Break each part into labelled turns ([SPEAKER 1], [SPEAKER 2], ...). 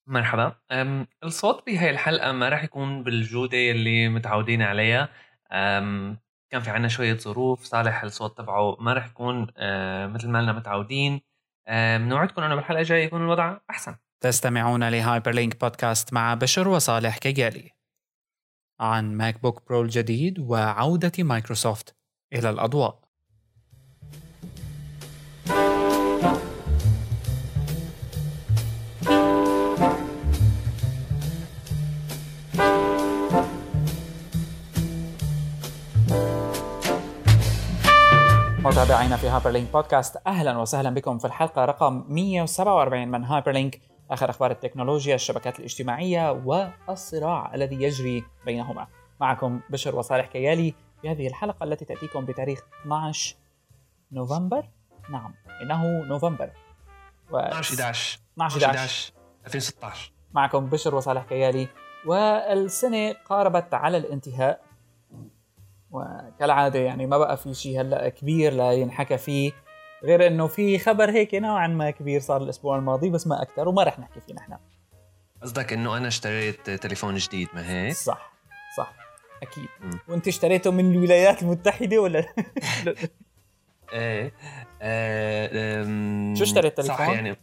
[SPEAKER 1] مرحبا. الصوت بهاي الحلقة ما راح يكون بالجودة اللي متعودين عليها. كان في عنا شوية ظروف، صالح الصوت تبعه ما راح يكون مثل ما لنا متعودين. بنوعدكم انه بالحلقة الجاية يكون الوضع احسن.
[SPEAKER 2] تستمعون لهايبرلينك بودكاست مع بشر وصالح كيالي عن ماك بوك برو الجديد وعودة مايكروسوفت إلى الأضواء. متابعينا في هايبرلينك بودكاست، أهلا وسهلا بكم في الحلقة رقم 147 من هايبرلينك، آخر أخبار التكنولوجيا، الشبكات الاجتماعية والصراع الذي يجري بينهما. معكم بشر وصالح كيالي في هذه الحلقة التي تأتيكم بتاريخ 12 نوفمبر. نعم، إنه نوفمبر
[SPEAKER 1] 12 2016.
[SPEAKER 2] معكم بشر وصالح كيالي، والسنة قاربت على الانتهاء، وكالعادة يعني ما بقى في شيء هلأ كبير لا ينحكى فيه، غير انه في خبر هيك نوعا ما كبير صار الاسبوع الماضي بس ما اكثر وما رح نحكي فيه نحن.
[SPEAKER 1] قصدك انه انا اشتريت تليفون جديد، ما هيك؟
[SPEAKER 2] صح اكيد. وانت اشتريته من الولايات المتحدة ولا؟
[SPEAKER 1] ايه.
[SPEAKER 2] شو اشتريت تليفون؟
[SPEAKER 1] صح يعني.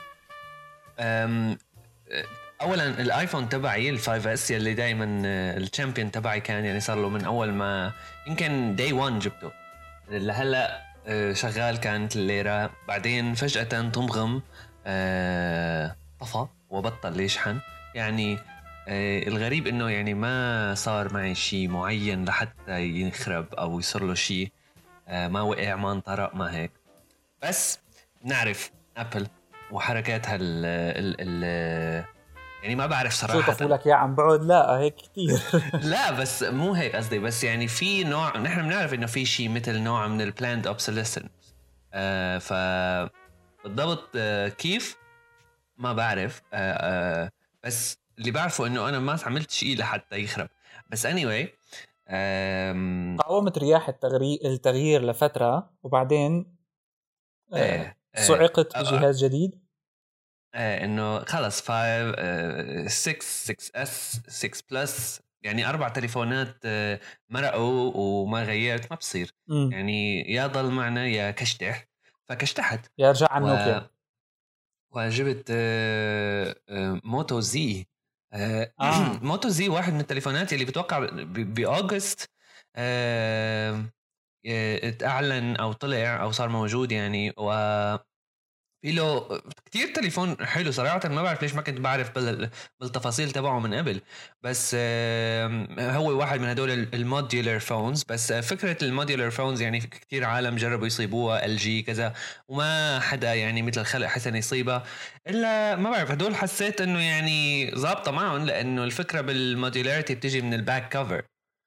[SPEAKER 1] اولا الايفون تبعي ال5S يلي دائما الشامبيون تبعي كان، يعني صار له من اول ما يمكن داي 1 جبته لهلا شغال. كانت الليره بعدين فجاه تنغم طفى وبطل يشحن. يعني الغريب انه يعني ما صار معي شيء معين لحتى يخرب او يصير له شيء. ما وقع، ما انطرق، ما هيك. بس نعرف ابل وحركاتها ال يعني ما بعرف صراحة.
[SPEAKER 2] شو طفولك يا عم بعد؟ لا هيك كتير.
[SPEAKER 1] لا بس مو هيك قصدي، بس يعني في نوع، نحن بنعرف انه في شيء مثل نوع من البلاند obsolescence. ف بالضبط كيف ما بعرف. بس اللي بعرفه انه انا ما عملت شيء لحتى يخرب. بس anyway
[SPEAKER 2] قاومت رياح التغيير لفترة وبعدين صعقت بجهاز جديد.
[SPEAKER 1] انه خلص 5 6 6S 6 بلس، يعني 4 تليفونات مرقوا وما غيرت، ما بصير. يعني يا ضل معنا يا كشتح. فكشتحت
[SPEAKER 2] يا رجع عن نوكيا
[SPEAKER 1] وجبت موتو زي. موتو زي واحد من التليفونات اللي بتوقع بأغسطس اتأعلن أو طلع أو صار موجود يعني. و في له كتير تليفون حلو صراحة، ما بعرف ليش ما كنت بعرف بالتفاصيل تبعه من قبل. بس هو واحد من هدول الموديولر فونز. بس فكرة الموديولر فونز يعني كتير عالم جربوا يصيبوها، LG كذا، وما حدا يعني مثل الخلق حسن يصيبها. إلا ما بعرف هدول حسيت إنه يعني ضابطة معهم، لأنه الفكرة بالموديولاريتي بتيجي من الباك كفر.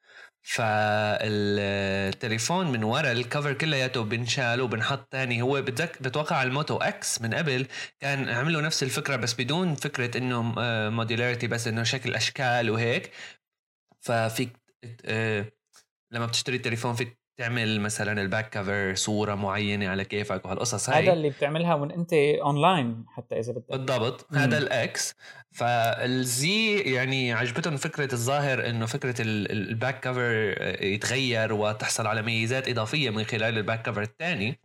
[SPEAKER 1] فالتليفون من ورا الكفر كلياته بنشال وبنحط تاني. هو بتوقع الموتو اكس من قبل كان عملوا نفس الفكرة بس بدون فكرة انه موديلاريتي، بس انه شكل اشكال وهيك. ففيك لما بتشتري التليفون فيك تعمل مثلا الباك كفر صورة معينة على كيفك وهالقصص هاي.
[SPEAKER 2] هذا اللي بتعملها من انت اونلاين حتى اذا بدك.
[SPEAKER 1] بالضبط. هذا الاكس. فالزي يعني عجبتهم فكرة الظاهر انه فكرة الباك كفر يتغير وتحصل على ميزات اضافية من خلال الباك كفر الثاني.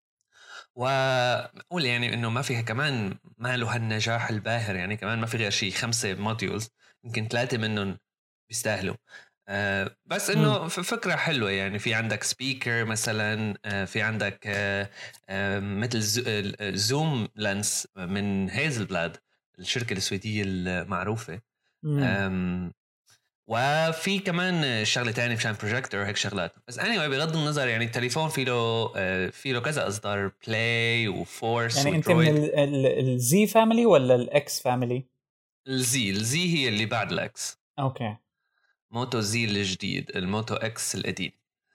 [SPEAKER 1] وقول يعني انه ما فيها كمان ما له هالنجاح الباهر، يعني كمان ما في غير شيء 5 موديولز، يمكن 3 منهم بيستاهلوا. بس انه فكرة حلوة. يعني في عندك سبيكر مثلا، في عندك مثل زوم لانس من هيزل بلاد، الشركة السويدية المعروفة. وفي كمان شغله تانية مشان بروجيكتور هيك شغلات. بس anyway بغض النظر يعني التليفون في له كذا اصدار، بلاي وفورس
[SPEAKER 2] يعني انت
[SPEAKER 1] ودرويد.
[SPEAKER 2] من الزي فاميلي ولا الاكس فاميلي؟
[SPEAKER 1] الزي هي اللي بعد الاكس.
[SPEAKER 2] اوكي.
[SPEAKER 1] موتو زي الجديد، الموتو اكس القديم.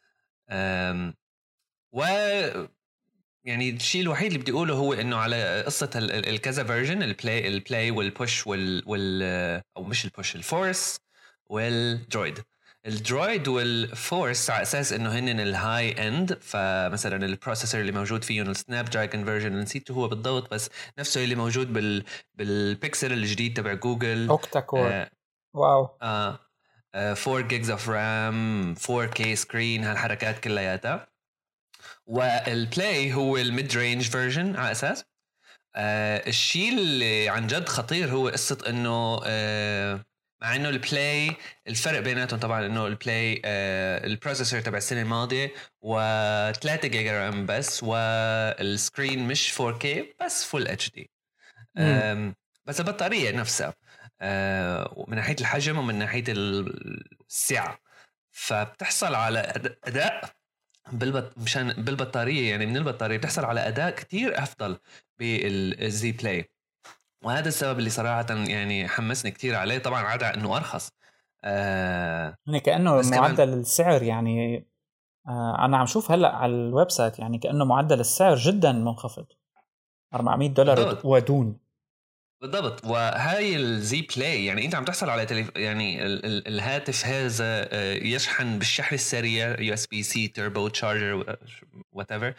[SPEAKER 1] و يعني الشيء الوحيد اللي بدي اقوله هو انه على قصه الكذا فيرجن، البلاي والبوش وال او مش البوش، الفورس والدرويد. الدرويد والفورس على اساس انه هن الهاي اند، فمثلا البروسيسور اللي موجود فيهم السناب دراجون فيرجن، نسيته هو بالضبط بس نفسه اللي موجود بالبيكسل الجديد تبع جوجل.
[SPEAKER 2] اوكتا كور. واو.
[SPEAKER 1] 4 جيجز اوف رام، 4K سكرين، هالحركات كلياتها. والبلاي هو الميد رينج فيرجن على اساس. الشيء اللي عن جد خطير هو قصة انه مع انه البلاي الفرق بيناتهم طبعا انه البلاي البروسيسور تبع السنة الماضية و3 جيجا رام بس، والسكرين مش 4K بس فول HD. بس البطارية نفسها من ناحية الحجم ومن ناحية السعة، فبتحصل على أداء مشان بالبطارية، يعني من البطارية بتحصل على أداء كتير أفضل بالزي بلاي. وهذا السبب اللي صراحة يعني حمسني كتير عليه، طبعا عدا أنه أرخص.
[SPEAKER 2] يعني كأنه معدل السعر يعني أنا عم شوف هلأ على الويب سايت، يعني كأنه معدل السعر جدا منخفض، $400
[SPEAKER 1] بالضبط.
[SPEAKER 2] ودون.
[SPEAKER 1] بالضبط. وهاي الزي بلاي يعني انت عم تحصل على يعني الهاتف هذا يشحن بالشحن السريع USB-C توربو تشارجر وات ايفر.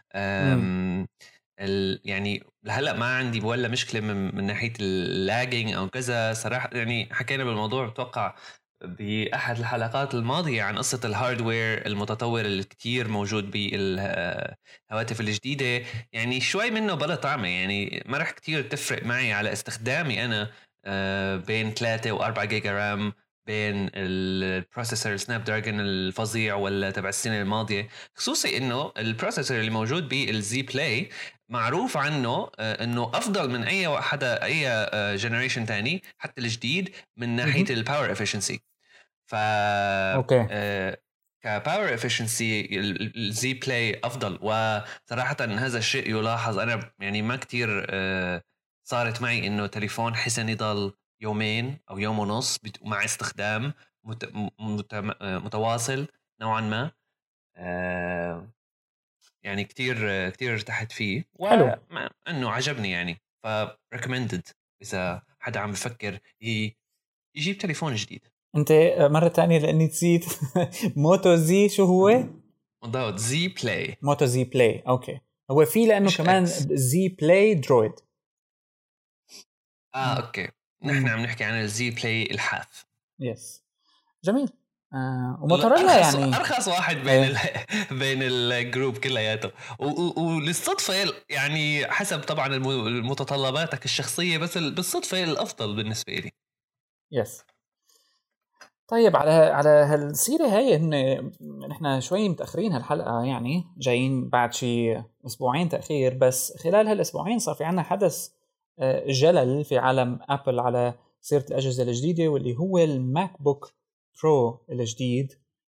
[SPEAKER 1] يعني هلا ما عندي ولا مشكله من ناحيه اللاجينج او كذا صراحه. يعني حكينا بالموضوع بتوقع بأحد الحلقات الماضية عن قصة الهاردوير المتطور الكتير موجود بالهواتف الجديدة. يعني شوي منه بلا طعمة، يعني ما رح كتير تفرق معي على استخدامي أنا بين 3 و4 جيجا رام، بين البروسيسور سناب دراجون الفظيع ولا تبع السنة الماضية. خصوصي إنه البروسيسور اللي موجود بالزي بلاي معروف عنه انه افضل من اي حدا اي جنريشن تاني حتى الجديد من ناحيه الباور افشنسي. ف كباور افشنسي الزي بلاي افضل. وصراحه هذا الشيء يلاحظ. انا يعني ما كتير صارت معي انه تليفون حسن يضل يومين او يوم ونص مع استخدام متواصل نوعا ما. يعني كتير ارتحت فيه وانه عجبني يعني. فريكومندد اذا حدا عم بفكر يجيب تليفون جديد.
[SPEAKER 2] انت مرة تانية لاني نسيت موتو زي شو هو؟
[SPEAKER 1] بالضبط زي بلاي.
[SPEAKER 2] موتو زي بلاي. اوكي. هو في لانه كمان زي بلاي درويد.
[SPEAKER 1] اوكي. نحن عم نحكي عن الزي بلاي الحاف.
[SPEAKER 2] يس جميل. وموتورولا يعني
[SPEAKER 1] ارخص واحد بين الجروب كلياته. وللصدفه يعني حسب طبعا المتطلباتك الشخصيه، بس بالصدفه الافضل بالنسبه لي.
[SPEAKER 2] يس. طيب على هالسيره هاي ان نحن شوي متاخرين هالحلقه، يعني جايين بعد شي اسبوعين تاخير، بس خلال هالاسبوعين صار في عنا حدث جلل في عالم ابل على سيره الاجهزه الجديده، واللي هو الماك بوك برو الجديد.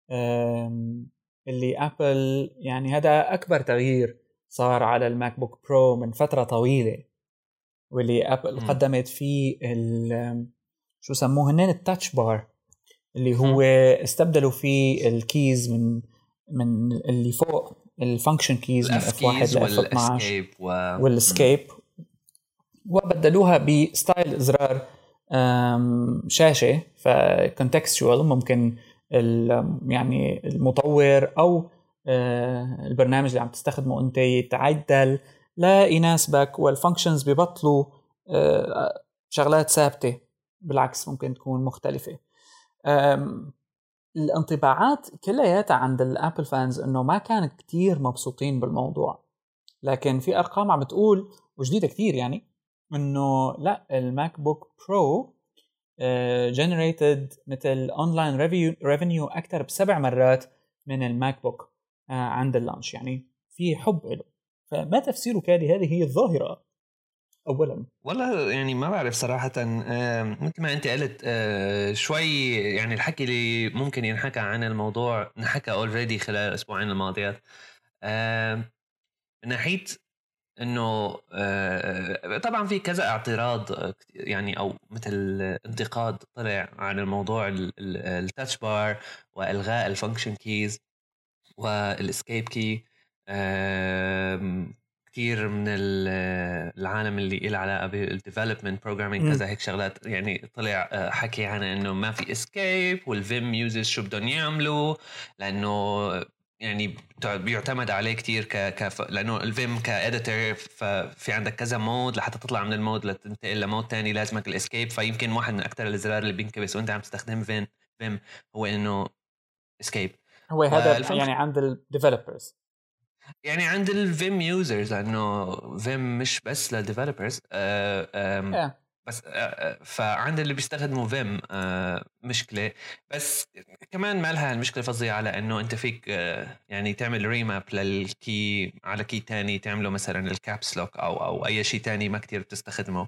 [SPEAKER 2] اللي ابل يعني هذا اكبر تغيير صار على الماك بوك برو من فتره طويله، واللي ابل قدمت فيه شو سموه هنين التاتش بار، اللي هو استبدلوا فيه الكيز من اللي فوق الفانكشن كيز من F1 ل F12 والاسكيب، وبدلوها بستايل ازرار شاشه فكونتكستوال. ممكن يعني المطور او البرنامج اللي عم تستخدمه انت يتعدل لا يناسبك، والفانكشنز بيبطلوا شغلات ثابته، بالعكس ممكن تكون مختلفه. الانطباعات كلياتها عند الابل فانز انه ما كان كتير مبسوطين بالموضوع، لكن في ارقام عم بتقول وجديده كتير يعني انه لا، الماك بوك برو generated مثل اونلاين ريفينيو اكثر ب7 مرات من الماك بوك عند اللانش، يعني في حب له. فما تفسيرك هذه هي الظاهره اولا؟
[SPEAKER 1] والله يعني ما بعرف صراحة. مثل ما انت قلت شوي يعني الحكي اللي ممكن ينحكى عن الموضوع نحكى اوريدي خلال الاسبوعين الماضيات. من ناحية انه طبعا في كذا اعتراض يعني او مثل انتقاد طلع عن الموضوع التاتش بار والغاء الفانكشن كيز والاسكيب كي. كتير من العالم اللي له علاقة بالديفلوبمنت بروجرامينج كذا هيك شغلات، يعني طلع حكي عن انه ما في اسكيب، والفيم يوزرز شو بدهم يعملوا، لانه يعني بيعتمد عليه كتير لانه الفيم كاديتور، ففي عندك كذا مود لحتى تطلع من المود لتنتقل لمود تاني لازمك الاسكيب. فيمكن واحد من اكثر الازرار اللي بينكبس وانت عم تستخدم فيم هو انه اسكيب.
[SPEAKER 2] هو هذا يعني عند الديفلوبرز،
[SPEAKER 1] يعني عند الفيم يوزرز، لانه فيم مش بس للديفلوبرز بس فعند اللي بيستخدموا فيم مشكله. بس كمان ما لها المشكله فظيعه، لانه انت فيك يعني تعمل ريماب للكي على كي تاني، تعمله مثلا الكابس لوك او اي شيء تاني ما كتير بتستخدمه.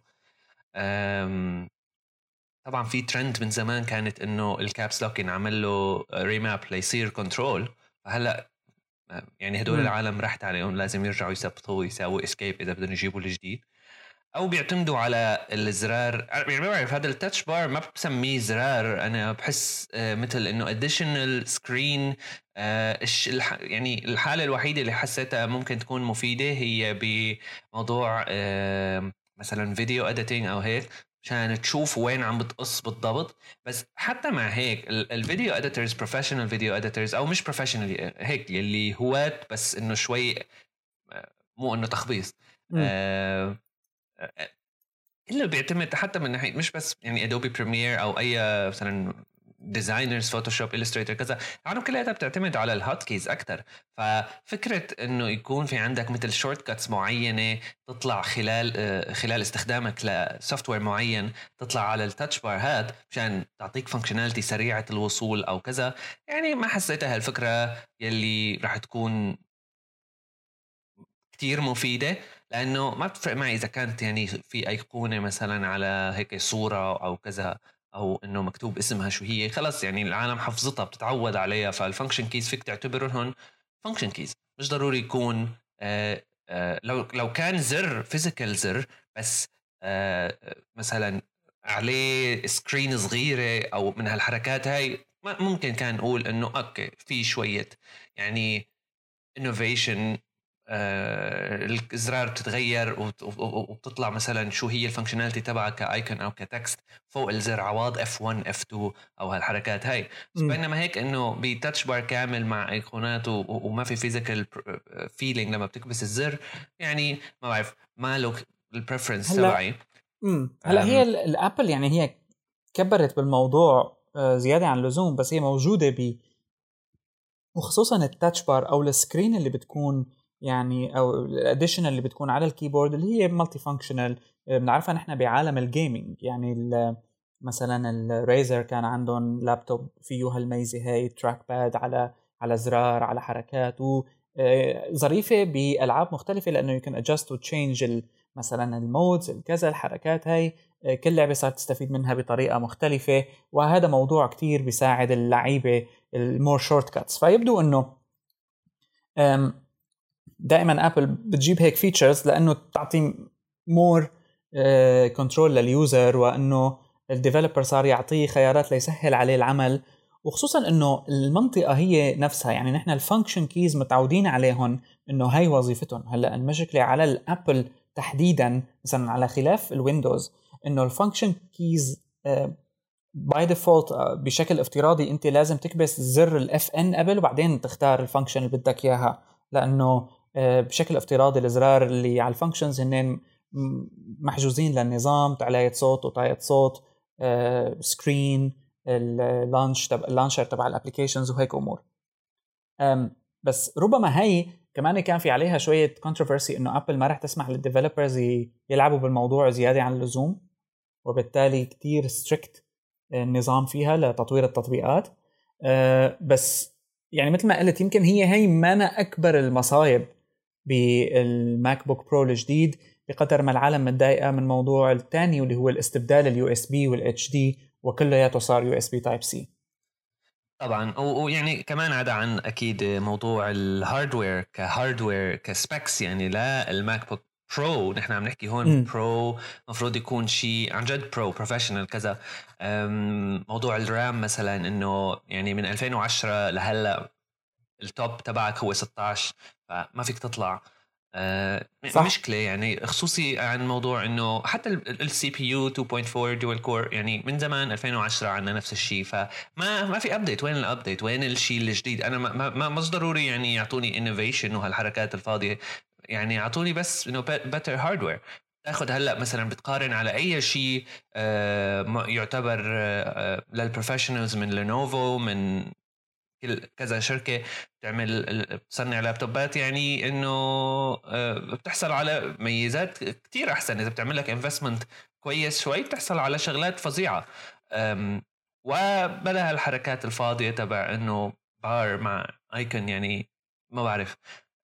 [SPEAKER 1] طبعا في ترند من زمان كانت انه الكابس لوك ينعمل له ريماب ليصير كنترول، فهلا يعني هدول العالم رحت عليهم، لازم يرجعوا يثبتوا ويساووا اسكيب اذا بدهم يجيبوا الجديد، او بيعتمدوا على الزرار. يعني ما بعرف، هذا التاتش بار ما بسميه زرار، انا بحس مثل انه اديشنال سكرين. يعني الحاله الوحيده اللي حسيتها ممكن تكون مفيده هي بموضوع مثلا فيديو اديتنج او هيك، عشان تشوف وين عم بتقص بالضبط. بس حتى مع هيك الفيديو اديتورز، بروفيشنال فيديو اديتورز او مش بروفيشنال هيك، اللي هواة بس انه شوي مو انه تخبيص، كله بيعتمد حتى من ناحيه مش بس يعني ادوبي بريمير او اي مثلا ديزاينرز فوتوشوب إليستريتور كذا، العالم كلها بتعتمد على الهوت كيز اكثر. ففكره انه يكون في عندك مثل شورت كاتس معينه تطلع خلال استخدامك لسوفت وير معين، تطلع على التاتش بار هاد مشان تعطيك فانكشناليتي سريعه الوصول او كذا، يعني ما حسيتها هالفكره يلي راح تكون كتير مفيدة. لأنه ما بتفرق معي إذا كانت يعني في أيقونة مثلا على هيك صورة أو كذا، أو إنه مكتوب اسمها شو هي، خلاص يعني العالم حفظتها بتتعود عليها. فالفانكشن كيز فيك تعتبرهم فانكشن كيز، مش ضروري يكون لو كان زر فيزيكال زر بس مثلا عليه سكرين صغيرة أو من هالحركات هاي، ممكن كان نقول إنه أوكي في شوية يعني innovation. الزرار بتتغير وبتطلع مثلا شو هي الفانكشناليتي تبعها كايكون او كتكست فوق الزر عوض F1 F2 او هالحركات هاي. بينما هيك انه بتاتش بار كامل مع ايقونات وما في فيزيكال فيلينج لما بتكبس الزر، يعني ما بعرف ما له البريفرنس تبعي.
[SPEAKER 2] هلا هي الابل يعني هي كبرت بالموضوع زياده عن اللزوم، بس هي موجوده وخصوصا التاتش بار او السكرين اللي بتكون يعني او الاديشنال اللي بتكون على الكيبورد اللي هي مالتي فانكشنال، بنعرفها نحن بعالم الجيمنج. يعني مثلا الريزر كان عندهم لابتوب فيه هالميزه هاي، تراك باد على زرار على حركات، وظريفه بالعاب مختلفه لانه يمكن ادجست وتشينج مثلا المودز كذا الحركات هاي. كل لعبه صارت تستفيد منها بطريقه مختلفه، وهذا موضوع كتير بيساعد اللعيبه المور شورت كاتس. فيبدو انه دائما ابل بتجيب هيك فيتشرز لانه تعطي مور كنترول لليوزر، وانه الديفلوبر صار يعطيه خيارات ليسهل عليه العمل. وخصوصا انه المنطقه هي نفسها، يعني نحن الفانكشن كيز متعودين عليهم انه هاي وظيفتهم. هلا المشكله على الابل تحديدا مثلا على خلاف الويندوز، انه الفانكشن كيز باي ديفولت بشكل افتراضي انت لازم تكبس زر الاف ان قبل وبعدين تختار الفانكشن اللي بدك اياها، لانه بشكل افتراضي الازرار اللي على الفانكشنز هن محجوزين للنظام، تعلية صوت وطاية صوت، سكرين، اللانشر تبع الابليكيشنز وهيك امور. بس ربما هي كمان كان في عليها شويه كونتروفيرسي انه ابل ما راح تسمح للديفلوبرز يلعبوا بالموضوع زياده عن اللزوم، وبالتالي كتير ستريكت النظام فيها لتطوير التطبيقات. بس يعني مثل ما قلت يمكن هي ما أكبر المصايب بالماك بوك برو الجديد، بقدر ما العالم متضايقة من موضوع الثاني واللي هو الاستبدال اليو اس بي والاتش دي، وكلياته صار يو اس بي تايب سي.
[SPEAKER 1] طبعا ويعني كمان عدا عن اكيد موضوع الهاردوير كهاردوير كسبيكس، يعني لا الماك بوك برو نحن عم نحكي هون برو مفروض يكون شيء عن جد برو بروفيشنال كذا. موضوع الرام مثلا انه يعني من 2010 لهلا التوب تبعك هو 16، فما فيك تطلع.
[SPEAKER 2] صح.
[SPEAKER 1] مشكلة يعني، خصوصي عن موضوع انه حتى السي بي يو 2.4 دول كور يعني من زمان 2010 عنا نفس الشيء، فما في ابديت. وين الابديت؟ وين الشيء الجديد؟ انا مش ضروري يعني يعطوني انوفيشن وهالحركات الفاضية، يعني يعطوني بس انه بيتر هاردوير. تاخذ هلا مثلا بتقارن على اي شيء يعتبر للبروفيشنالز من لينوفو، من كذا شركة بتصنع لابتوبات، يعني انه بتحصل على ميزات كتير احسن. اذا بتعمل لك انفستمنت كويس شوي بتحصل على شغلات فظيعة، وبلا هالحركات الفاضية تبع انه بار مع ايكون. يعني ما بعرف،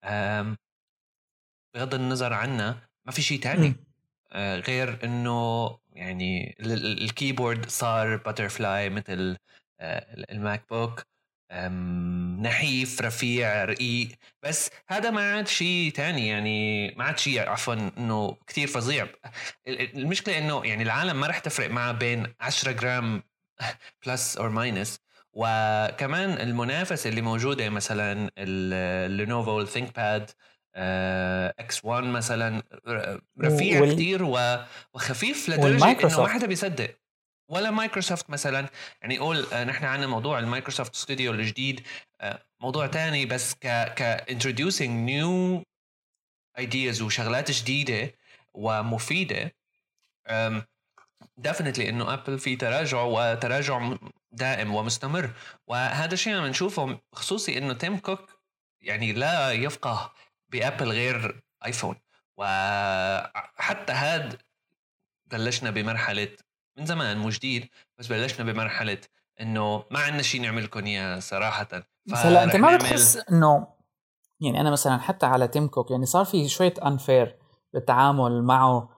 [SPEAKER 1] بغض النظر عنا ما في شيء تاني غير انه يعني الكيبورد صار باترفلاي مثل الماك بوك، نحيف رفيع رقيق، بس هذا ما عاد شيء تاني. يعني ما عاد شيء، عفوا، انه كتير فظيع. المشكلة انه يعني العالم ما رح تفرق معه بين 10 جرام بلس اور ماينس. وكمان المنافسة اللي موجودة مثلا اللينوفو الثينك باد اكس 1 مثلا رفيع كتير وخفيف لدرجة انه ما حدا بيصدق. ولا مايكروسوفت مثلا، يعني يقول نحن عنا موضوع المايكروسوفت ستوديو الجديد، موضوع تاني، بس ك introducing new ideas وشغلات جديدة ومفيدة. definitely انه ابل في تراجع، وتراجع دائم ومستمر، وهذا الشيء عم نشوفه. خصوصي انه تيم كوك يعني لا يفقه بابل غير ايفون. وحتى هاد بلشنا بمرحلة من زمان، مو جديد، بس بلشنا بمرحلة انه ما عندنا شيء نعملكم اياه صراحة.
[SPEAKER 2] بس هلا انت ما بتحس انه يعني انا مثلا حتى على تيم كوك يعني صار في شوية unfair بالتعامل معه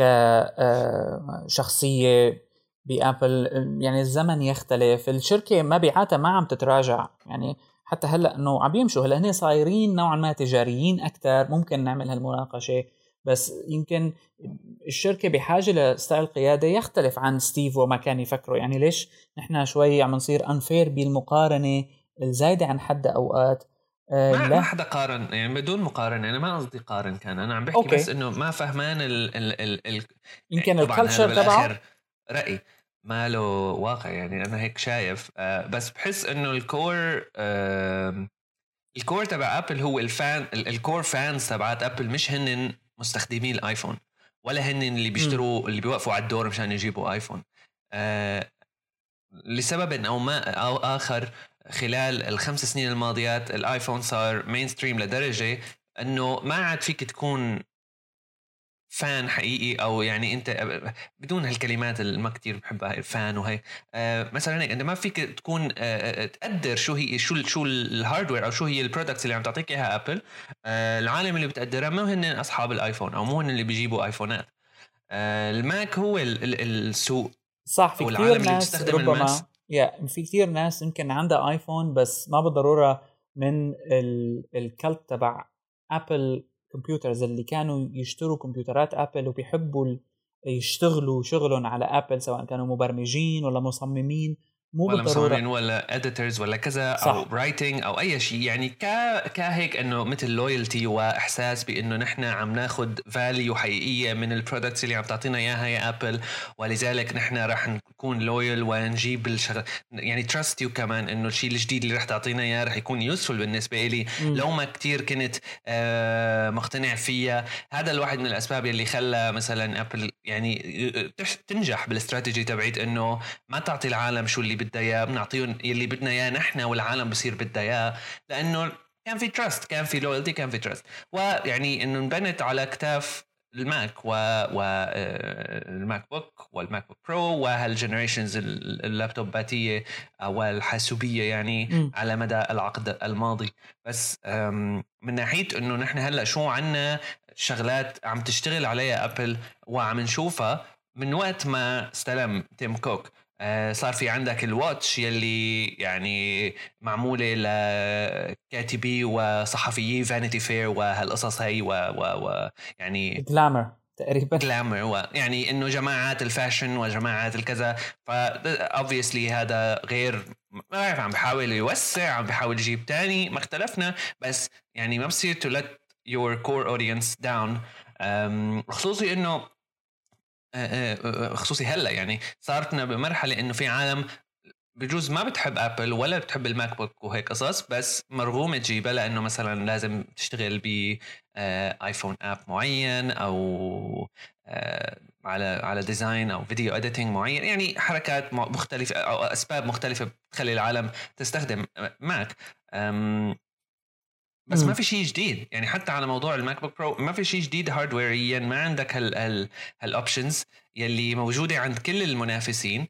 [SPEAKER 2] كشخصية بأبل؟ يعني الزمن يختلف، الشركة مبيعاتها ما عم تتراجع، يعني حتى هلأ انه عم يمشوا. هلأ هن صايرين نوعا ما تجاريين اكثر، ممكن نعمل هالمناقشة، بس يمكن الشركة بحاجة لستايل قيادة يختلف عن ستيف وما كان يفكروا. يعني ليش نحن شوي عم نصير unfair بالمقارنة الزايدة عن حد أوقات؟
[SPEAKER 1] ما حدا قارن، يعني بدون مقارنة. أنا ما قصدي قارن، كان أنا عم بحكي أوكي. بس إنه ما فهمان
[SPEAKER 2] يمكن
[SPEAKER 1] طبعا
[SPEAKER 2] الكالتشر
[SPEAKER 1] هذا بالآخر رأي ما له واقع، يعني أنا هيك شايف. بس بحس إنه الكور تبع أبل هو الكور فانز تبعت أبل، مش هن مستخدمي الآيفون، ولا هن اللي بيشتروا اللي بيوقفوا على الدور مشان يجيبوا آيفون. لسبب أو ما أو آخر، خلال الخمس سنين الماضيات الآيفون صار مين ستريم لدرجة أنه ما عاد فيك تكون فان حقيقي، أو يعني أنت بدون هالكلمات اللي ما كتير بحبها، فان وهي مثلا هيك، أنت ما فيك تكون تقدر شو هي شو الهاردوير أو شو هي البرودكتس اللي عم تعطيك إياها أبل. العالم اللي بتقدرها مو هن أصحاب الآيفون، أو مو هن اللي بيجيبوا آيفونات. الماك هو السوق،
[SPEAKER 2] صح. في كثير ناس ربما في كثير ناس يمكن عندها ايفون بس ما بالضرورة من الكلت تبع ابل كمبيوترز، اللي كانوا يشتروا كمبيوترات ابل وبيحبوا يشتغلوا شغلهم على ابل، سواء كانوا مبرمجين ولا مصممين، مو
[SPEAKER 1] ولا
[SPEAKER 2] بالضرورة
[SPEAKER 1] مصممين ولا اديتورز ولا كذا، صح. او رايتنج او اي شيء، يعني كهيك انه مثل لويالتي واحساس بانه نحن عم ناخذ فاليو حقيقيه من البرودكتس اللي عم تعطينا اياها يا ابل، ولذلك نحن راح نكون لويال ونجيب الشغل، يعني تراست يو كمان انه الشيء الجديد اللي راح تعطينا اياه راح يكون يوسفول بالنسبه لي. لو ما كتير كنت مقتنع فيها. هذا الواحد من الاسباب اللي خلى مثلا ابل يعني تنجح بالاستراتيجي تبعت انه ما تعطي العالم شو اللي بدها اياه، بنعطيهم اللي بدنا اياه نحن، والعالم بصير بدها اياه، لانه كان في تراست، كان في لويالتي، كان في تراست. ويعني انه انبنت على كتاف الماك والماك بوك والماك بوك برو وهالجنريشنز اللابتوباتيه او الحاسوبيه، يعني على مدى العقد الماضي. بس من ناحيه انه نحن هلا شو عنا شغلات عم تشتغل عليها ابل وعم نشوفها من وقت ما استلم تيم كوك. صار في عندك الواتش يلي يعني معمولة لكاتبي وصحفيي فانيتي فير وهالقصص هاي يعني
[SPEAKER 2] جلامر تقريبا،
[SPEAKER 1] جلامر، يعني انه جماعات الفاشن وجماعات الكذا. ف obviously هذا غير، ما بعرف، عم بحاول يوسع، عم بحاول يجيب تاني، ما اختلفنا، بس يعني ما بصير to let your core audience down. خصوصي انه خصوصي هلا يعني صارتنا بمرحله انه في عالم بجوز ما بتحب ابل ولا بتحب الماك بوك وهيك قصص، بس مرغومه تجيبها لانه مثلا لازم تشتغل ب ايفون اب معين او على ديزاين او فيديو اديتنج معين، يعني حركات مختلفه او اسباب مختلفه بتخلي العالم تستخدم ماك. بس ما في شيء جديد يعني، حتى على موضوع الماك بوك برو ما في شيء جديد هاردويريا، ما عندك هالاوبشنز يلي موجوده عند كل المنافسين.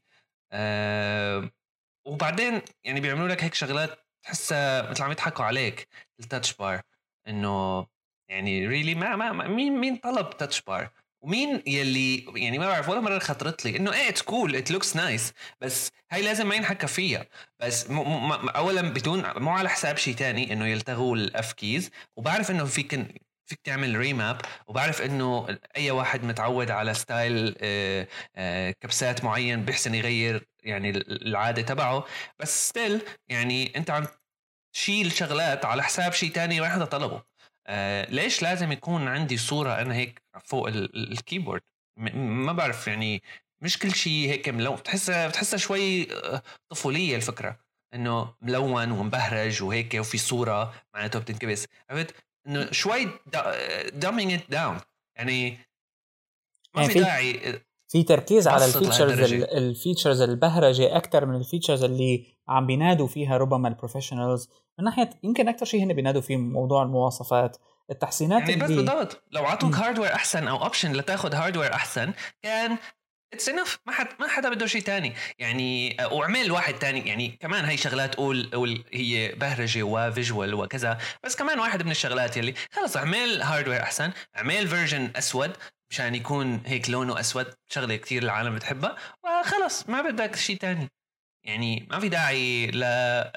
[SPEAKER 1] وبعدين يعني بيعملوا لك هيك شغلات تحسها مثل عم يضحكوا عليك. التاتش بار انه يعني ريلي ما مين طلب تاتش بار؟ ومين يلي يعني ما بعرف ولا مره خطرت لي انه اتس كول ات لوكس نايس، بس هاي لازم ما ينحكى فيها. بس اولا بدون مو على حساب شيء تاني انه يلتغوا الاف كيز، وبعرف انه فيك تعمل ريماب، وبعرف انه اي واحد متعود على ستايل كبسات معين بيحسن يغير يعني العاده تبعه، بس ستيل يعني انت عم تشيل شغلات على حساب شيء تاني واحد طلبه. ليش لازم يكون عندي صوره انا هيك فوق الكيبورد؟ ما بعرف يعني، مش كل شيء هيك ملون، بتحسها شوي طفوليه الفكره انه ملون ومبهرج وهيك وفي صوره معناته بتنكبس. عرفت انه شوي dumbing it down يعني، ما
[SPEAKER 2] يعني
[SPEAKER 1] في داعي
[SPEAKER 2] في تركيز على
[SPEAKER 1] تبسط
[SPEAKER 2] الفيتشرز
[SPEAKER 1] لهالدرجة.
[SPEAKER 2] الفيتشرز البهرجه اكثر من الفيتشرز اللي عم بينادوا فيها ربما البروفيشنالز. من ناحيه يمكن اكثر شيء هن بينادوا فيه موضوع المواصفات، التحسينات
[SPEAKER 1] يعني بس
[SPEAKER 2] اللي
[SPEAKER 1] بالضبط لو عطوك هاردوير احسن او اوبشن لتاخذ هاردوير احسن كان اتس انف، ما حدا بده شيء تاني يعني. وعمل واحد تاني يعني كمان، هاي شغلات قول هي بهرجه وفيجوال وكذا، بس كمان واحد من الشغلات يلي خلص اعمل هاردوير احسن، اعمل فيرجن اسود مشان يكون هيك لونه اسود، شغله كتير العالم بتحبها، وخلص ما بدك شيء تاني يعني. ما في داعي ل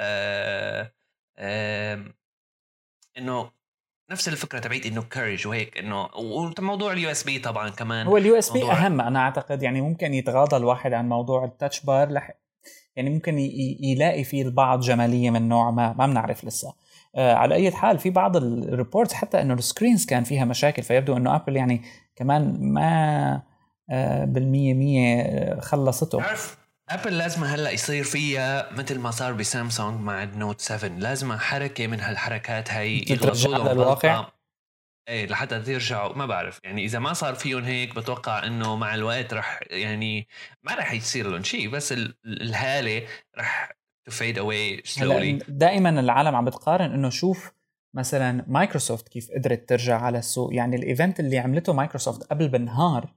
[SPEAKER 1] انه نفس الفكره تبعت انه كارج وهيك انه. وموضوع اليو اس بي طبعا كمان،
[SPEAKER 2] هو اليو اس بي
[SPEAKER 1] موضوع
[SPEAKER 2] اهم انا اعتقد. يعني ممكن يتغاضى الواحد عن موضوع التاتش بار يعني ممكن يلاقي فيه البعض جماليه من نوع ما بنعرف لسه. على اي حال في بعض الريبورتس حتى انه السكرينز كان فيها مشاكل، فيبدو انه ابل يعني كمان ما بالمية مية خلصته.
[SPEAKER 1] تعرف ابل لازم هلا يصير فيها مثل ما صار بسامسونج مع النوت 7، لازم حركه من هالحركات هاي يغلطوا لهم
[SPEAKER 2] للواقع.
[SPEAKER 1] ايه لحتى ترجعوا. ما بعرف يعني اذا ما صار فيهم هيك بتوقع انه مع الوقت رح يعني ما رح يصير لهم شيء، بس الهاله رح to fade away slowly.
[SPEAKER 2] دائما العالم عم بتقارن انه شوف مثلا مايكروسوفت كيف قدرت ترجع على السوق. يعني الايفنت اللي عملته مايكروسوفت قبل بنهار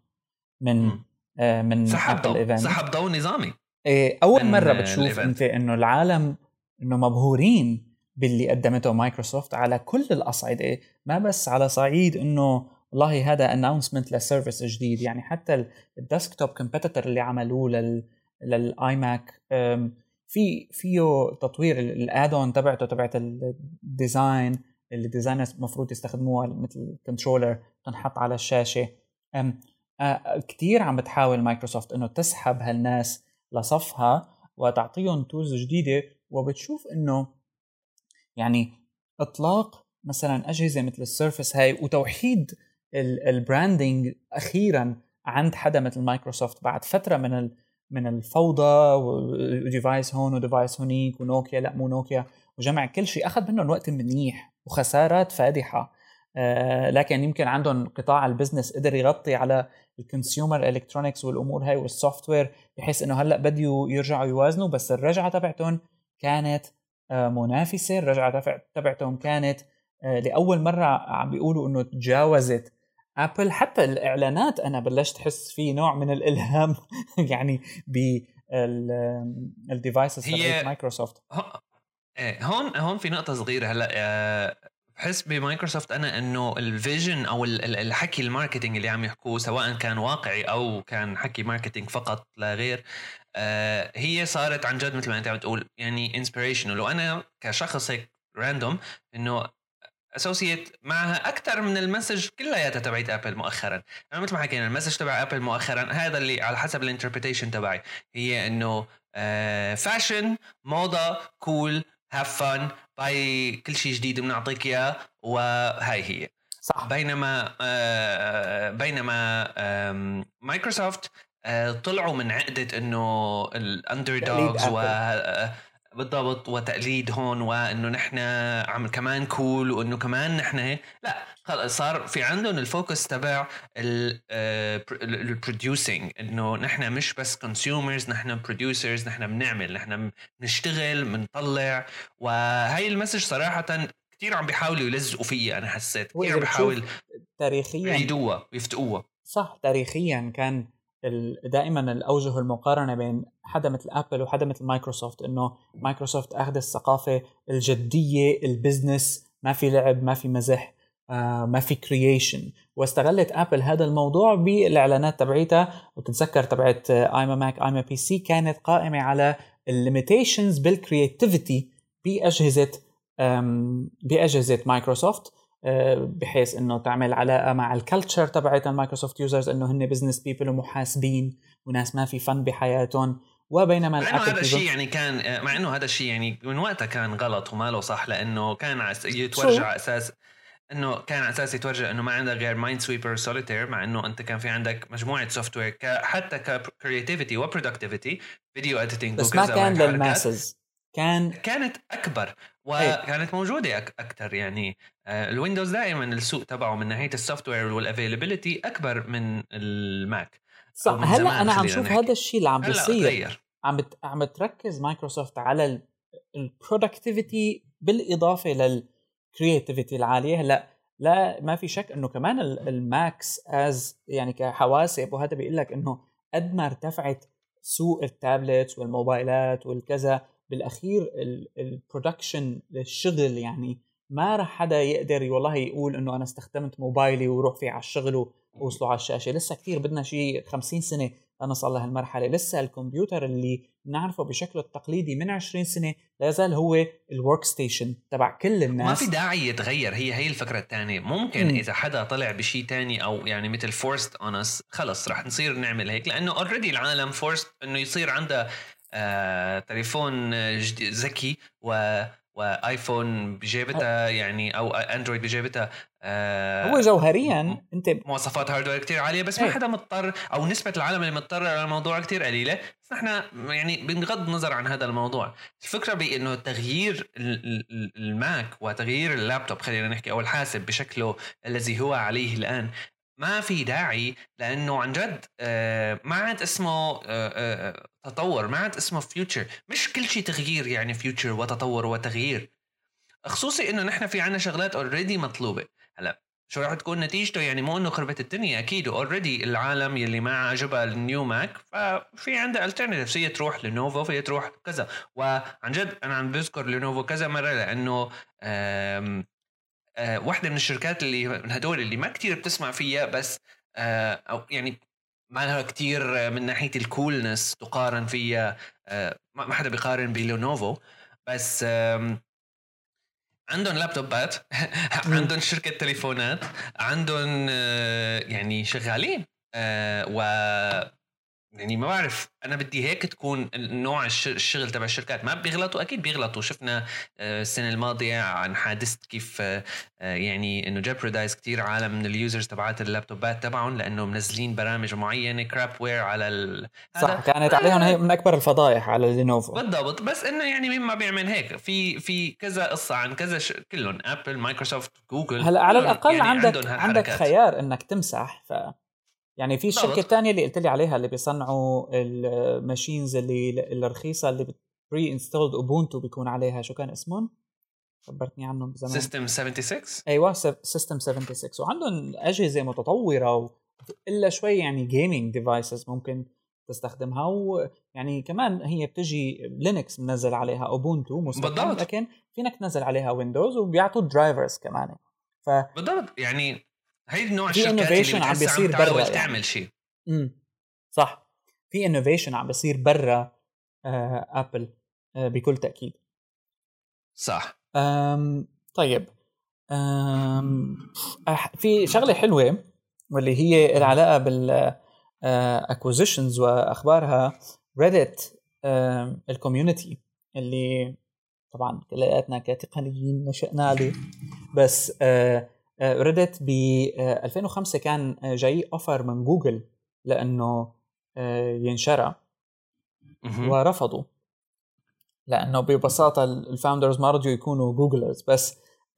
[SPEAKER 2] من
[SPEAKER 1] سحب ضوء نظامي.
[SPEAKER 2] اول مره بتشوف انت انه العالم انه مبهورين باللي قدمته مايكروسوفت على كل الاصعده، ما بس على صعيد انه والله هذا اناونسمنت لسيرفيس جديد. يعني حتى الديسكتوب كومبيتيتور اللي عملوه للاي ماك فيه تطوير الادون تبعت الديزاين اللي الديزاينرز المفروض يستخدموها مثل كنترولر تنحط على الشاشه. كتير عم بتحاول مايكروسوفت انه تسحب هالناس لصفها وتعطيهم تولز جديده، وبتشوف انه يعني اطلاق مثلا اجهزه مثل السيرفس هاي وتوحيد البراندنج اخيرا عند حدا مثل مايكروسوفت بعد فتره من الفوضى وديفايس هون وديفايس هونيك ونوكيا لا مو نوكيا، وجمع كل شيء اخذ منهم وقت منيح وخسارات فادحه. لكن يمكن عندهم قطاع البزنس قدر يغطي على الكونسيومر الكترونكس والامور هاي والسوفت وير، بحيث انه هلا بديوا يرجعوا يوازنوا. بس الرجعه تبعتهم كانت منافسه، الرجعه تبعتهم كانت لاول مره عم بيقولوا انه تجاوزت ابل. حتى الاعلانات انا بلشت احس في نوع من الالهام يعني بالديفايسز تبعت مايكروسوفت.
[SPEAKER 1] هون في نقطه صغيره هلا بحس بمايكروسوفت انا انه الفيجن او الحكي الماركتينج اللي عم يحكوه سواء كان واقعي او كان حكي ماركتينج فقط لا غير، هي صارت عن جد مثل ما انت عم تقول يعني انسبيريشنال. وانا كشخص هيك راندوم انه اسوسيت معها اكثر من المسج كلياتها تبعت ابل مؤخرا. يعني مثل ما حكينا المسج تبع ابل مؤخرا هذا اللي على حسب الانتربريتيشن تبعي هي انه فاشن موضه كول هاف فن باي كل شيء جديد بنعطيك اياه، وهاي هي.
[SPEAKER 2] صح.
[SPEAKER 1] بينما مايكروسوفت طلعوا من عقدة انه الاندردوجز بالضبط وتقليد هون وانه نحن عم كمان كول وانه كمان نحن هيك. لا خلص صار في عندهم الفوكس تبع البروديوسينج، انه نحن مش بس كونسيومرز، نحن بروديوسرز، نحن بنعمل، نحن بنشتغل بنطلع. وهي المسج صراحة كتير عم بيحاولوا يلزقوا فيها. انا حسيت كتير عم بيحاول
[SPEAKER 2] تاريخيا
[SPEAKER 1] يعيدوها ويفتقوها.
[SPEAKER 2] صح، تاريخيا كان دائما الأوجه المقارنة بين حدا مثل أبل وحدا مثل مايكروسوفت، إنه مايكروسوفت أخذ الثقافة الجدية، البزنس، ما في لعب، ما في مزح، ما في كرييشن، واستغلت أبل هذا الموضوع بالإعلانات تبعيتها. وتتذكر تبعت I'm a Mac I'm a PC كانت قائمة على الليميتيشنز بالكرياتيفيتي بأجهزة مايكروسوفت، بحيث انه تعمل علاقه مع الكالتشر تبعت المايكروسوفت يوزرز، انه هن بزنس بيبل ومحاسبين وناس ما في فن بحياتهم. وبينما
[SPEAKER 1] مع انه هذا الشيء يعني كان، مع انه هذا الشيء يعني من وقتها كان غلط وما له صح، لانه كان يتورجع اساس انه كان اساسي يتورجع انه ما عندك غير مايند سويبر سوليتير، مع انه انت كان في عندك مجموعه سوفت وير حتى ككرياتيفيتي وبرودكتيفيتي، فيديو اديتنج
[SPEAKER 2] بس ما كان للماسز،
[SPEAKER 1] كانت اكبر وكانت موجوده اكثر. يعني الويندوز دائما السوق تبعه من ناحيه السوفت وير والافيلابيلتي اكبر من الماك.
[SPEAKER 2] صح. هلا انا عم شوف هذا الشيء اللي عم بيصير، عم تركز مايكروسوفت على البرودكتيفيتي بالاضافه للكرياتيفيتي العاليه. هلا لا ما في شك انه كمان الماكس يعني كحواسب، وهذا بيقول لك انه قد ما ارتفعت سوق التابلتس والموبايلات والكذا بالاخير البرودكشن للشغل، يعني ما رح حدا يقدر والله يقول انه انا استخدمت موبايلي وروح فيه على الشغل ووصلوا على الشاشه. لسه كتير بدنا شيء 50 سنه لنصل لهالمرحله. لسه الكمبيوتر اللي بنعرفه بشكله التقليدي من 20 سنه لا يزال هو الورك ستيشن تبع كل الناس.
[SPEAKER 1] ما في داعي يتغير. هي الفكره الثانيه. ممكن اذا حدا طلع بشيء تاني او يعني مثل فورست اونس، خلص رح نصير نعمل هيك، لانه اوريدي العالم فورست انه يصير عنده تليفون ذكي وايفون بجيبتها يعني، او اندرويد بجيبتها.
[SPEAKER 2] هو جوهريا انت
[SPEAKER 1] مواصفات هاردوير كتير عاليه، بس ما حدا مضطر، او نسبه العالم اللي مضطر على الموضوع كتير قليله. بس احنا يعني بنغض النظر عن هذا الموضوع، الفكره بانه تغيير الماك وتغيير اللابتوب، خلينا نحكي، او الحاسب بشكله الذي هو عليه الان، ما في داعي. لانه عن جد ما عاد اسمه تطور، ما عاد اسمه فيوتشر. مش كل شيء تغيير يعني فيوتشر وتطور وتغيير، خصوصي انه نحن في عنا شغلات اوريدي مطلوبه. هلا شو راح تكون نتيجته؟ يعني مو انه خربت الدنيا، اكيد اوريدي العالم يلي ما عجبها النيو ماك ففي عنده الترناتيف، هي تروح لنوفو، في تروح كذا. وعن جد انا عم بذكر لنوفو كذا مره، لانه واحدة من الشركات اللي من هدول اللي ما كتير بتسمع فيها، بس أو يعني ما لها كتير من ناحية الكولنس تقارن فيها. ما حدا بيقارن بلينوفو، بس عندهم لابتوبات عندهم شركة تليفونات، عندهم يعني شغالين و يعني ما بعرف، أنا بدي هيك تكون النوع الشغل تبع الشركات. ما بيغلطوا، أكيد بيغلطوا. شفنا السنة الماضية عن حادثة كيف يعني إنه جابردايز كتير عالم من اليوزرز تبعات اللابتوبات تبعهم، لأنه منزلين برامج معينة كراب وير على
[SPEAKER 2] صح، كانت عليهم هي من أكبر الفضائح على لينوفو.
[SPEAKER 1] بالضبط. بس إنه يعني مين ما بيعمل هيك؟ في كذا قصة عن كذا كلهم أبل، مايكروسوفت، جوجل.
[SPEAKER 2] هلا على الأقل
[SPEAKER 1] يعني
[SPEAKER 2] عندك خيار إنك تمسح. يعني في الشركة الثانية اللي قلت لي عليها اللي بيصنعوا الماشينز اللي رخيصة، اللي بري انستولد اوبونتو بيكون عليها، شو كان اسمهم؟ خبرتني عنهم بزمان.
[SPEAKER 1] سيستم 76.
[SPEAKER 2] ايوه سيستم 76. وعندهم أجهزة متطورة إلا شوي يعني جيمينج ديفايسز ممكن تستخدمها، ويعني كمان هي بتجي لينكس منزل عليها اوبونتو مستقل، لكن فينك تنزل عليها ويندوز وبيعطوا درايفرز كمان.
[SPEAKER 1] بالضبط. يعني هي النوع الشركات اللي
[SPEAKER 2] عم بيصير برا يعني.
[SPEAKER 1] تعمل شيء.
[SPEAKER 2] صح، في انوفيشن عم بيصير برا ابل بكل تاكيد.
[SPEAKER 1] صح.
[SPEAKER 2] طيب في شغله حلوه واللي هي العلاقه بال acquisitions واخبارها. ريدت الكوميونتي اللي طبعا كلياتنا كتقنيين نشأنا عليه، بس ريدت ب 2005 كان جاي اوفر من جوجل لانه ينشرى ورفضوا، لانه ببساطه الفاوندرز ما رضوا يكونوا جوجلرز. بس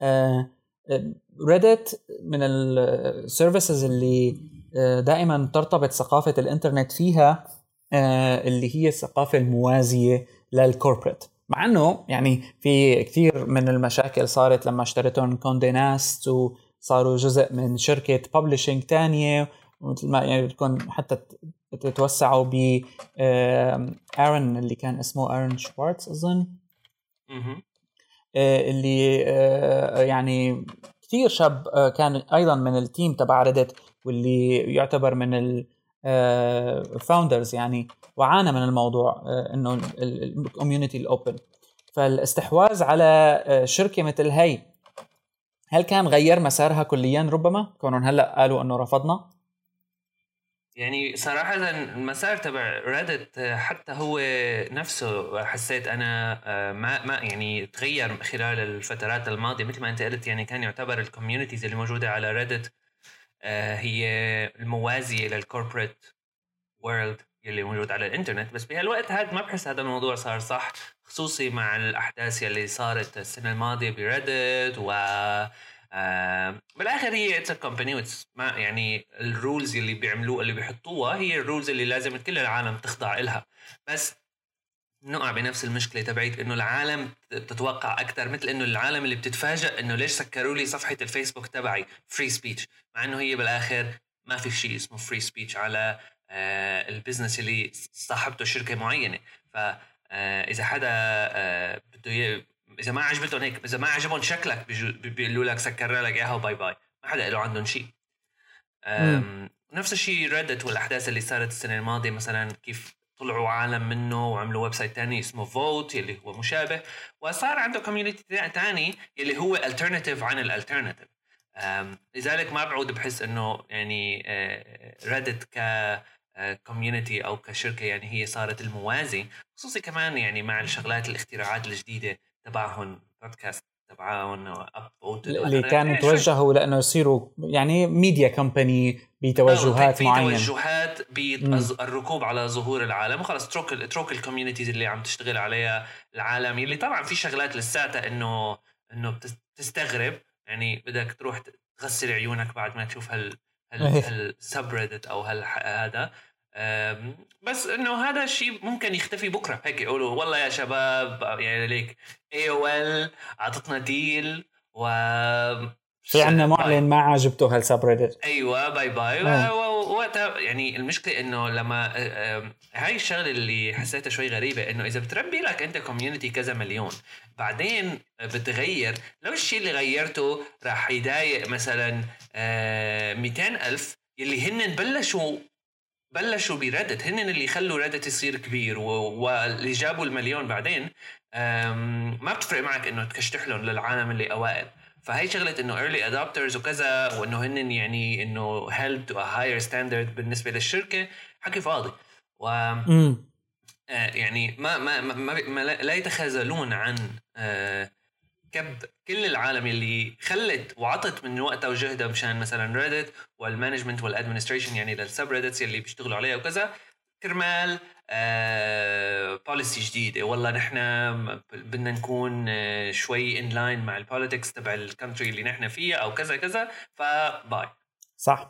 [SPEAKER 2] ريدت من السيرفيسز اللي دائما ترتبط ثقافه الانترنت فيها اللي هي الثقافه الموازيه للكوربريت، مع انه يعني في كثير من المشاكل صارت لما اشتريتهم كوندي ناست وصاروا جزء من شركه ببلشنج تانية، مثل ما يعني بدكم حتى تتوسعوا ب آرون اللي كان اسمه آرون شوارتز أظن، اللي يعني كثير شاب كان أيضا من التيم تبع ريدت، واللي يعتبر من الفاوندرز يعني، وعانى من الموضوع إنه الكوميونتي الأوبن. فالاستحواذ على شركة مثل هي هل كان غير مسارها كليا؟ ربما كونهم هلأ قالوا إنه رفضنا.
[SPEAKER 1] يعني صراحة المسار تبع ريدت حتى هو نفسه حسيت أنا ما يعني تغير خلال الفترات الماضية. مثل ما أنت قلت يعني كان يعتبر الكوميونيتيز اللي موجودة على ريدت هي الموازية للكوربريت وورلد اللي موجود على الانترنت. بس بهالوقت هذا ما بحس هذا الموضوع صار صح، خصوصي مع الأحداث اللي صارت السنة الماضية بريدت. و بالاخر هي اتس كومباني، ما يعني الرولز اللي بيعملوها اللي بيحطوها هي الرولز اللي لازم كل العالم تخضع لها. بس نقع بنفس المشكله تبعت انه العالم تتوقع اكثر، مثل انه العالم اللي بتتفاجئ انه ليش سكروا لي صفحه الفيسبوك تبعي فري سبيتش، مع انه هي بالاخر ما في شيء اسمه فري سبيتش على البزنس اللي صاحبته شركه معينه. فاذا حدا بده إذا ما عجبتهم هيك، إذا ما عجبهم شكلك بيقولوا لك سكرنا لك إياها وباي باي، ما حدا له عندهم شيء. نفس الشيء ريدت والأحداث اللي صارت السنة الماضية، مثلا كيف طلعوا عالم منه وعملوا ويب سايت تاني اسمه فوت اللي هو مشابه، وصار عنده كوميونيتي تاني اللي هو alternative عن الالترناتيف. لذلك ما بعود بحس إنه يعني ريدت كوميونيتي أو كشركة يعني هي صارت الموازي، خصوصي كمان يعني مع الشغلات الاختراعات الجديدة تبعهم، بودكاست تبعهم
[SPEAKER 2] اللي كانوا توجهوا لانه يصيروا يعني ميديا كومباني بتوجهات معينه،
[SPEAKER 1] في توجهات بالركوب على ظهور العالم، وخلص اترك الكوميونيتيز اللي عم تشتغل عليها العالم، اللي طبعا في شغلات لساتها انه بتستغرب، يعني بدك تروح تغسل عيونك بعد ما تشوف هالسبريدت او هذا. بس انه هذا الشيء ممكن يختفي بكره، هيك يقولوا والله يا شباب يعني ليك AOL عطتنا ديل و
[SPEAKER 2] في عنا معلن ما عجبته هالسبريدت،
[SPEAKER 1] ايوه باي باي. وقتها يعني المشكله انه لما هاي الشغله اللي حسيتها شوي غريبه، انه اذا بتربي لك انت كوميونتي كذا مليون بعدين بتغير، لو الشيء اللي غيرته راح يضايق مثلا 200,000 يلي هن بلشوا بريدت، هن اللي خلوا ريدت يصير كبير واللي جابوا المليون بعدين، ما بتفرق معك انه تكشتح لهم للعالم اللي اوائل. فهي شغلة انه early adopters وكذا، وانه هن يعني انه held to a higher standard بالنسبة للشركة، حكي فاضي. و يعني ما لا يتخاذلون عن كب كل العالم اللي خلت وعطت من وقتها وجهدها مشان مثلا ريدت والمانجمنت والادمنستريشن يعني للسبريدتس اللي بيشتغلوا عليها وكذا، كرمال بوليسي جديدة. والله نحن بدنا نكون شوي in line مع البوليتكس تبع الكونتري اللي نحن فيها أو كذا كذا، فباي.
[SPEAKER 2] صح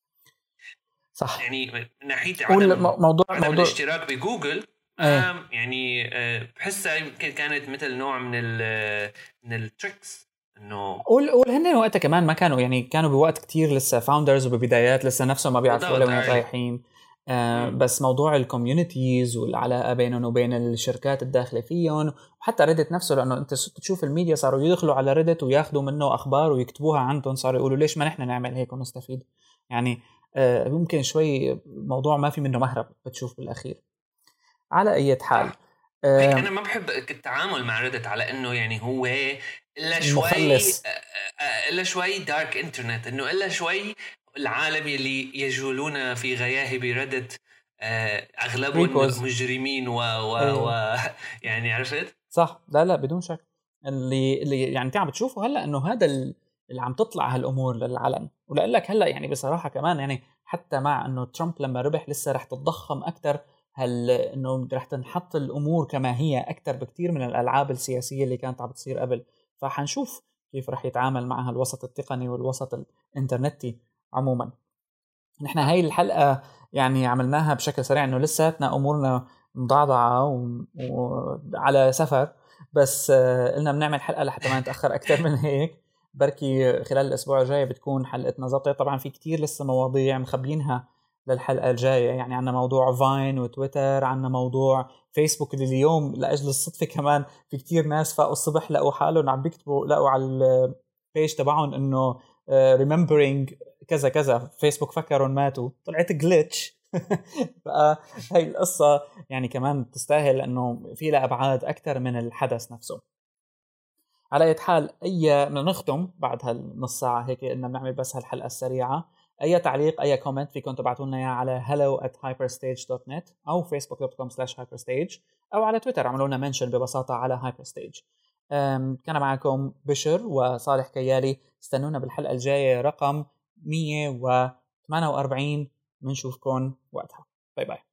[SPEAKER 1] يعني من ناحية عدم الاشتراك بجوجل يعني بحسها يمكن كانت مثل نوع من التريكس، انه
[SPEAKER 2] قول هن وقتها كمان ما كانوا يعني كانوا بوقت كتير لسه فاوندرز وببدايات لسه نفسهم ما بيعرفوا وين رايحين. بس موضوع الكوميونيتيز والعلاقه بينهم وبين الشركات الداخله فيهم، وحتى ريدت نفسه، لانه انت تشوف الميديا صاروا يدخلوا على ريدت وياخذوا منه اخبار ويكتبوها عندهم، صاروا يقولوا ليش ما نحن نعمل هيك ونستفيد. يعني ممكن شوي موضوع ما في منه مهرب بتشوف بالاخير. على اي حال
[SPEAKER 1] انا ما بحب التعامل مع ريدت على انه يعني هو الا شوي دارك انترنت، انه الا شوي العالم اللي يجولون في غياهب ريدت اغلبهم مجرمين و يعني عرفت
[SPEAKER 2] صح. لا بدون شك اللي يعني انت عم بتشوفه هلا انه هذا اللي عم تطلع هالامور للعلن. ولقول لك هلا يعني بصراحه كمان يعني حتى مع انه ترامب لما ربح لسه رح تتضخم اكثر، هل انه رح تنحط الامور كما هي اكثر بكثير من الالعاب السياسيه اللي كانت عم تصير قبل. فحنشوف كيف رح يتعامل معها الوسط التقني والوسط الانترنتي عموما. نحن هاي الحلقه يعني عملناها بشكل سريع انه لساتنا امورنا مضعضعه وعلى سفر، بس قلنا بنعمل حلقه لحتى ما نتاخر اكثر من هيك. بركي خلال الاسبوع الجاي بتكون حلقتنا ظبطت. طبعا في كتير لسه مواضيع مخبينها للحلقه الجايه، يعني عندنا موضوع فاين وتويتر، عندنا موضوع فيسبوك اللي اليوم لاجل الصدفه كمان في كتير ناس فاقوا الصبح لقوا حالهم عم بيكتبوا، لقوا على البيج تبعهم انه remembering كذا كذا، فيسبوك فكرهم ماتوا، طلعت جليتش. فهي القصة يعني كمان تستاهل لأنه في لها أبعاد أكثر من الحدث نفسه. على أي حال بدنا نختم بعد هالنص ساعة هيك، إننا بنعمل بس هالحلقة السريعة. أي تعليق أي كومنت فيكم تبعتوا لنا إياه على hello@hyperstage.net أو facebook.com/hyperstage أو على تويتر عملوا لنا منشن ببساطة على hyperstage. كان معكم بشر وصالح كيالي، استنونا بالحلقة الجاية رقم 148. منشوفكم وقتها. باي باي.